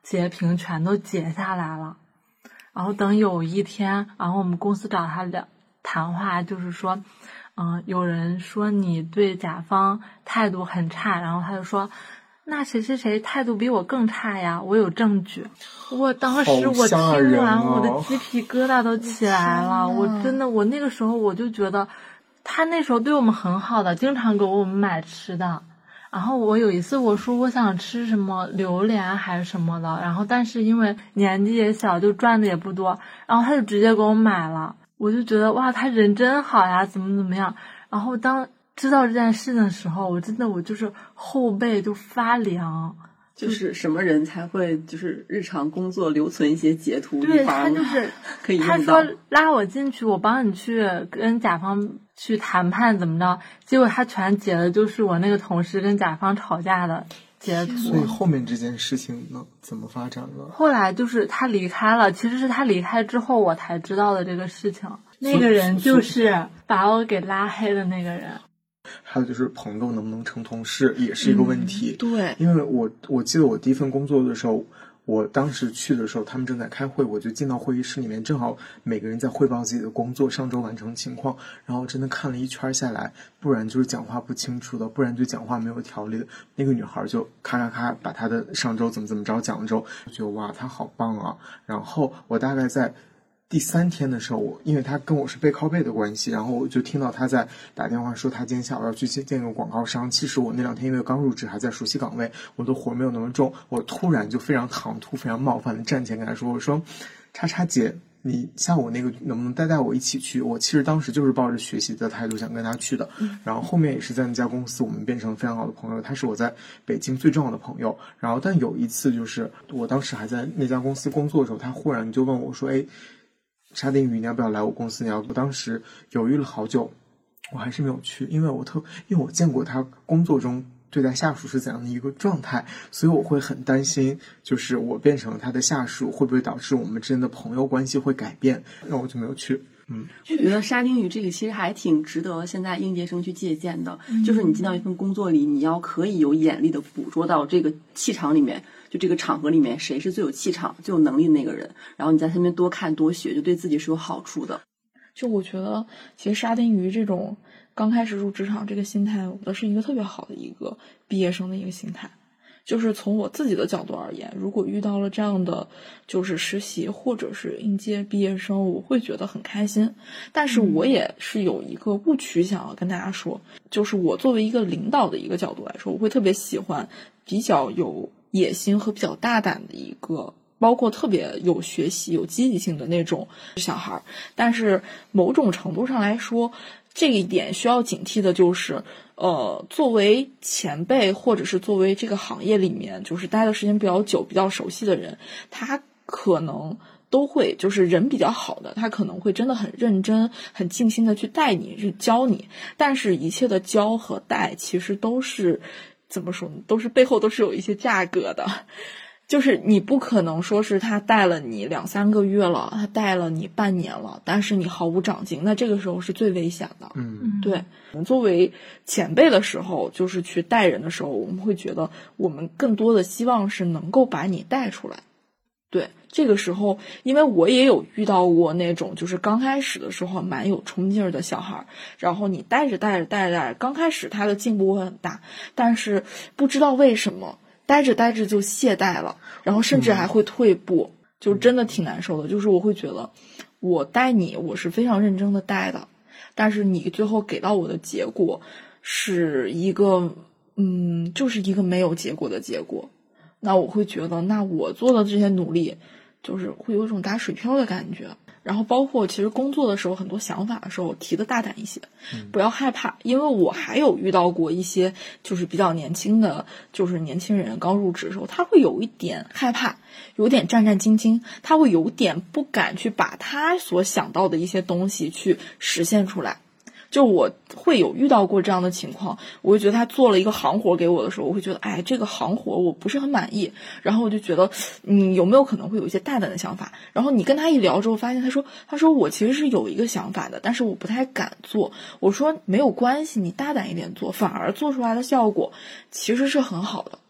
截屏全都截下来了。然后等有一天，然后我们公司找他聊谈话，就是说，嗯、呃，有人说你对甲方态度很差，然后他就说，那谁谁谁态度比我更差呀，我有证据。我当时我听完， 哦、 我的鸡皮疙瘩都起来了。我真的，我那个时候我就觉得，他那时候对我们很好的，经常给我们买吃的。然后我有一次我说我想吃什么榴莲还是什么的，然后但是因为年纪也小，就赚的也不多，然后他就直接给我买了。我就觉得哇，他人真好呀，怎么怎么样。然后当知道这件事的时候，我真的我就是后背就发凉。 就是什么人才会就是日常工作留存一些截图？ 对，他就是可以用到。 他说拉我进去，我帮你去跟甲方去谈判怎么着，结果他全截的就是我那个同事跟甲方吵架的截图。 所以后面这件事情呢怎么发展了？ 后来就是他离开了，其实是他离开之后我才知道的这个事情。那个人就是把我给拉黑的那个人。 还有就是朋友能不能成同事也是一个问题。 嗯、对， 因为我我记得我第一份工作的时候，我当时去的时候他们正在开会，我就进到会议室里面，正好每个人在汇报自己的工作上周完成情况，然后真的看了一圈下来，不然就是讲话不清楚的，不然就讲话没有条理的。那个女孩就咔咔咔把她的上周怎么怎么着讲了之后，我觉得哇她好棒啊。然后我大概在第三天的时候，我因为他跟我是背靠背的关系，然后我就听到他在打电话说他今天下午要去见个广告商。其实我那两天因为刚入职还在熟悉岗位，我的活没有那么重，我突然就非常唐突非常冒犯的站前跟他说，我说叉叉姐，你下午那个能不能带带我一起去？我其实当时就是抱着学习的态度想跟他去的，然后后面也是在那家公司我们变成了非常好的朋友，他是我在北京最重要的朋友。然后但有一次就是我当时还在那家公司工作的时候，他忽然就问我说，哎沙丁鱼你要不要来我公司？你要不？当时犹豫了好久，我还是没有去，因为我特因为我见过他工作中对待下属是怎样的一个状态，所以我会很担心，就是我变成了他的下属，会不会导致我们之间的朋友关系会改变？那我就没有去。嗯， 就觉得沙丁鱼这个其实还挺值得现在应届生去借鉴的，嗯、就是你进到一份工作里，你要可以有眼力的捕捉到这个气场里面，就这个场合里面谁是最有气场、最有能力的那个人，然后你在他那边多看多学，就对自己是有好处的。 就我觉得，其实沙丁鱼这种刚开始入职场这个心态，我觉得是一个特别好的一个毕业生的一个心态。就是从我自己的角度而言，如果遇到了这样的就是实习或者是应届毕业生，我会觉得很开心。但是我也是有一个误区想要跟大家说，就是我作为一个领导的一个角度来说，我会特别喜欢比较有野心和比较大胆的一个，包括特别有学习有积极性的那种小孩。但是某种程度上来说，这一点需要警惕的就是呃，作为前辈或者是作为这个行业里面就是待的时间比较久比较熟悉的人，他可能都会就是人比较好的，他可能会真的很认真很尽心的去带你去教你，但是一切的教和带其实都是怎么说呢，都是背后都是有一些价格的。就是你不可能说是他带了你两三个月了，他带了你半年了，但是你毫无长进，那这个时候是最危险的。 嗯， 对。作为前辈的时候，就是去带人的时候，我们会觉得我们更多的希望是能够把你带出来。对，这个时候，因为我也有遇到过那种就是刚开始的时候蛮有冲劲儿的小孩，然后你带着带着带着带着，刚开始他的进步会很大，但是不知道为什么待着待着就懈怠了，然后甚至还会退步，嗯、就真的挺难受的。就是我会觉得，我带你，我是非常认真的带的，但是你最后给到我的结果是一个，嗯，就是一个没有结果的结果。那我会觉得，那我做的这些努力，就是会有一种打水漂的感觉。然后包括其实工作的时候很多想法的时候提的大胆一些，不要害怕，因为我还有遇到过一些就是比较年轻的就是年轻人刚入职的时候，他会有一点害怕，有点战战兢兢，他会有点不敢去把他所想到的一些东西去实现出来。就我会有遇到过这样的情况，我会觉得他做了一个行活给我的时候，我会觉得哎，这个行活我不是很满意，然后我就觉得你有没有可能会有一些大胆的想法，然后你跟他一聊之后发现他说他说我其实是有一个想法的，但是我不太敢做。我说没有关系，你大胆一点做，反而做出来的效果其实是很好的。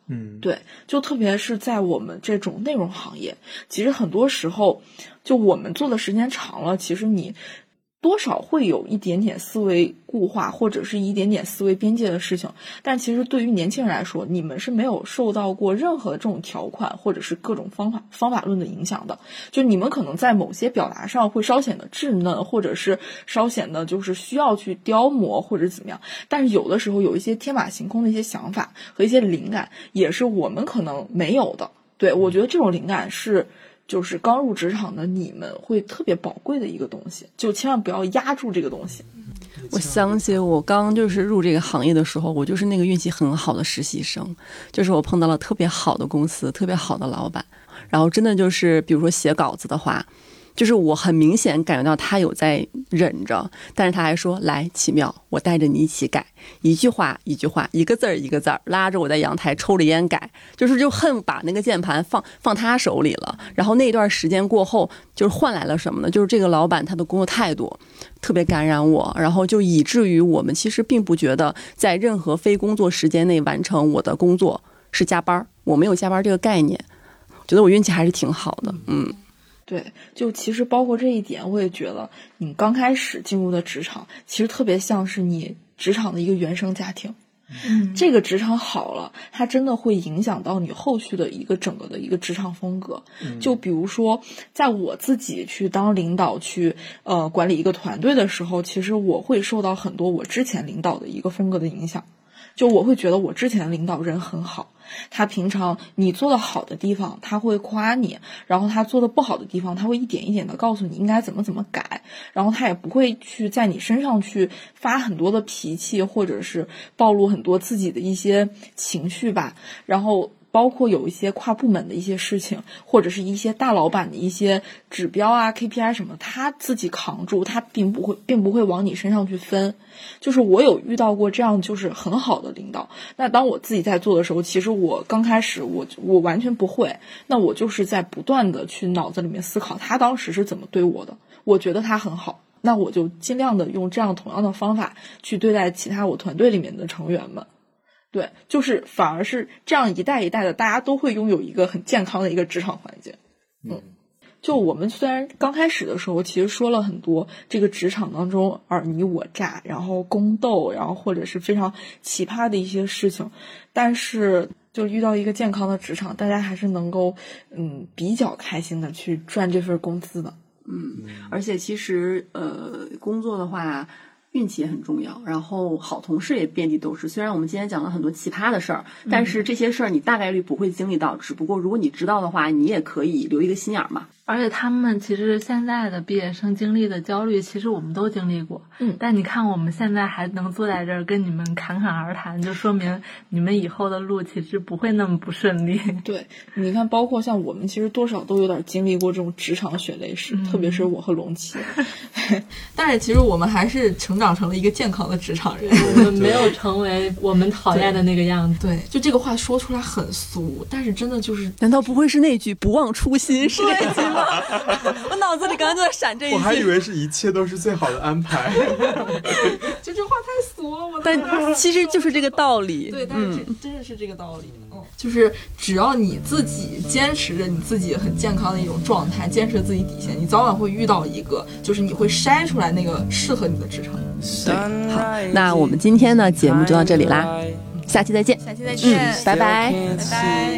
嗯， 对，就特别是在我们这种内容行业，其实很多时候，就我们做的时间长了，其实你多少会有一点点思维固化，或者是一点点思维边界的事情。但其实对于年轻人来说，你们是没有受到过任何这种条款或者是各种方法方法论的影响的。就你们可能在某些表达上会稍显得稚嫩，或者是稍显得就是需要去雕磨或者怎么样。但是有的时候有一些天马行空的一些想法和一些灵感，也是我们可能没有的。对，我觉得这种灵感是就是刚入职场的你们会特别宝贵的一个东西，就千万不要压住这个东西。 我想起我刚就是入这个行业的时候，我就是那个运气很好的实习生，就是我碰到了特别好的公司，特别好的老板，然后真的就是比如说写稿子的话，就是我很明显感觉到他有在忍着，但是他还说来奇妙，我带着你一起改，一句话一句话，一个字儿一个字儿，拉着我在阳台抽着烟改，就是就恨把那个键盘放放他手里了。然后那段时间过后，就是换来了什么呢？就是这个老板他的工作态度特别感染我，然后就以至于我们其实并不觉得在任何非工作时间内完成我的工作是加班，我没有加班这个概念，觉得我运气还是挺好的。嗯。 对，就其实包括这一点，我也觉得你刚开始进入的职场，其实特别像是你职场的一个原生家庭。嗯，这个职场好了，它真的会影响到你后续的一个整个的一个职场风格。嗯，就比如说，在我自己去当领导去呃管理一个团队的时候，其实我会受到很多我之前领导的一个风格的影响。就我会觉得我之前的领导人很好，他平常你做的好的地方他会夸你，然后他做的不好的地方他会一点一点的告诉你应该怎么怎么改，然后他也不会去在你身上去发很多的脾气，或者是暴露很多自己的一些情绪吧。然后包括有一些跨部门的一些事情，或者是一些大老板的一些指标啊 K P I 什么，他自己扛住，他并不会并不会往你身上去分。就是我有遇到过这样就是很好的领导，那当我自己在做的时候，其实我刚开始我我完全不会，那我就是在不断的去脑子里面思考他当时是怎么对我的，我觉得他很好，那我就尽量的用这样同样的方法去对待其他我团队里面的成员们。对，就是反而是这样一代一代的，大家都会拥有一个很健康的一个职场环境。嗯，就我们虽然刚开始的时候其实说了很多这个职场当中尔虞我诈，然后宫斗，然后或者是非常奇葩的一些事情，但是就遇到一个健康的职场，大家还是能够嗯比较开心的去赚这份工资的。 嗯，而且其实呃工作的话运气也很重要，然后好同事也遍地都是。虽然我们今天讲了很多奇葩的事儿，但是这些事儿你大概率不会经历到，只不过如果你知道的话，你也可以留一个心眼嘛。 而且他们其实现在的毕业生经历的焦虑，其实我们都经历过。 嗯， 但你看我们现在还能坐在这儿跟你们侃侃而谈，就说明你们以后的路其实不会那么不顺利。 对，你看，包括像我们，其实多少都有点经历过这种职场血泪史，嗯、特别是我和龙七。但是其实我们还是成长成了一个健康的职场人， 我们没有成为我们讨厌的那个样子。 对，就这个话说出来很俗，但是真的就是， 难道不会是那句“不忘初心”是这句吗？我脑子里刚刚就在闪这一句， 我还以为是一切都是最好的安排。 就这话太俗了，我但其实就是这个道理。 对，但是真的是这个道理。嗯，就是只要你自己坚持着你自己很健康的一种状态，坚持自己底线，你早晚会遇到一个，就是你会筛出来那个适合你的职场。 对，好，那我们今天呢节目就到这里啦，下期再见。 下期再见， 嗯，拜拜， 拜拜。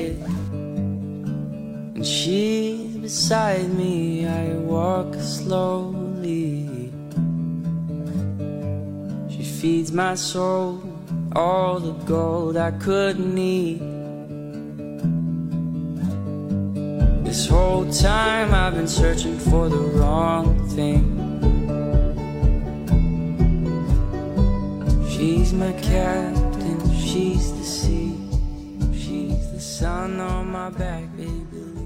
And she's beside me, I walk slowly. She feeds my soul all the gold I could need. This whole time I've been searching for the wrong thing. She's my captain, she's the sea, she's the sun on my back, baby.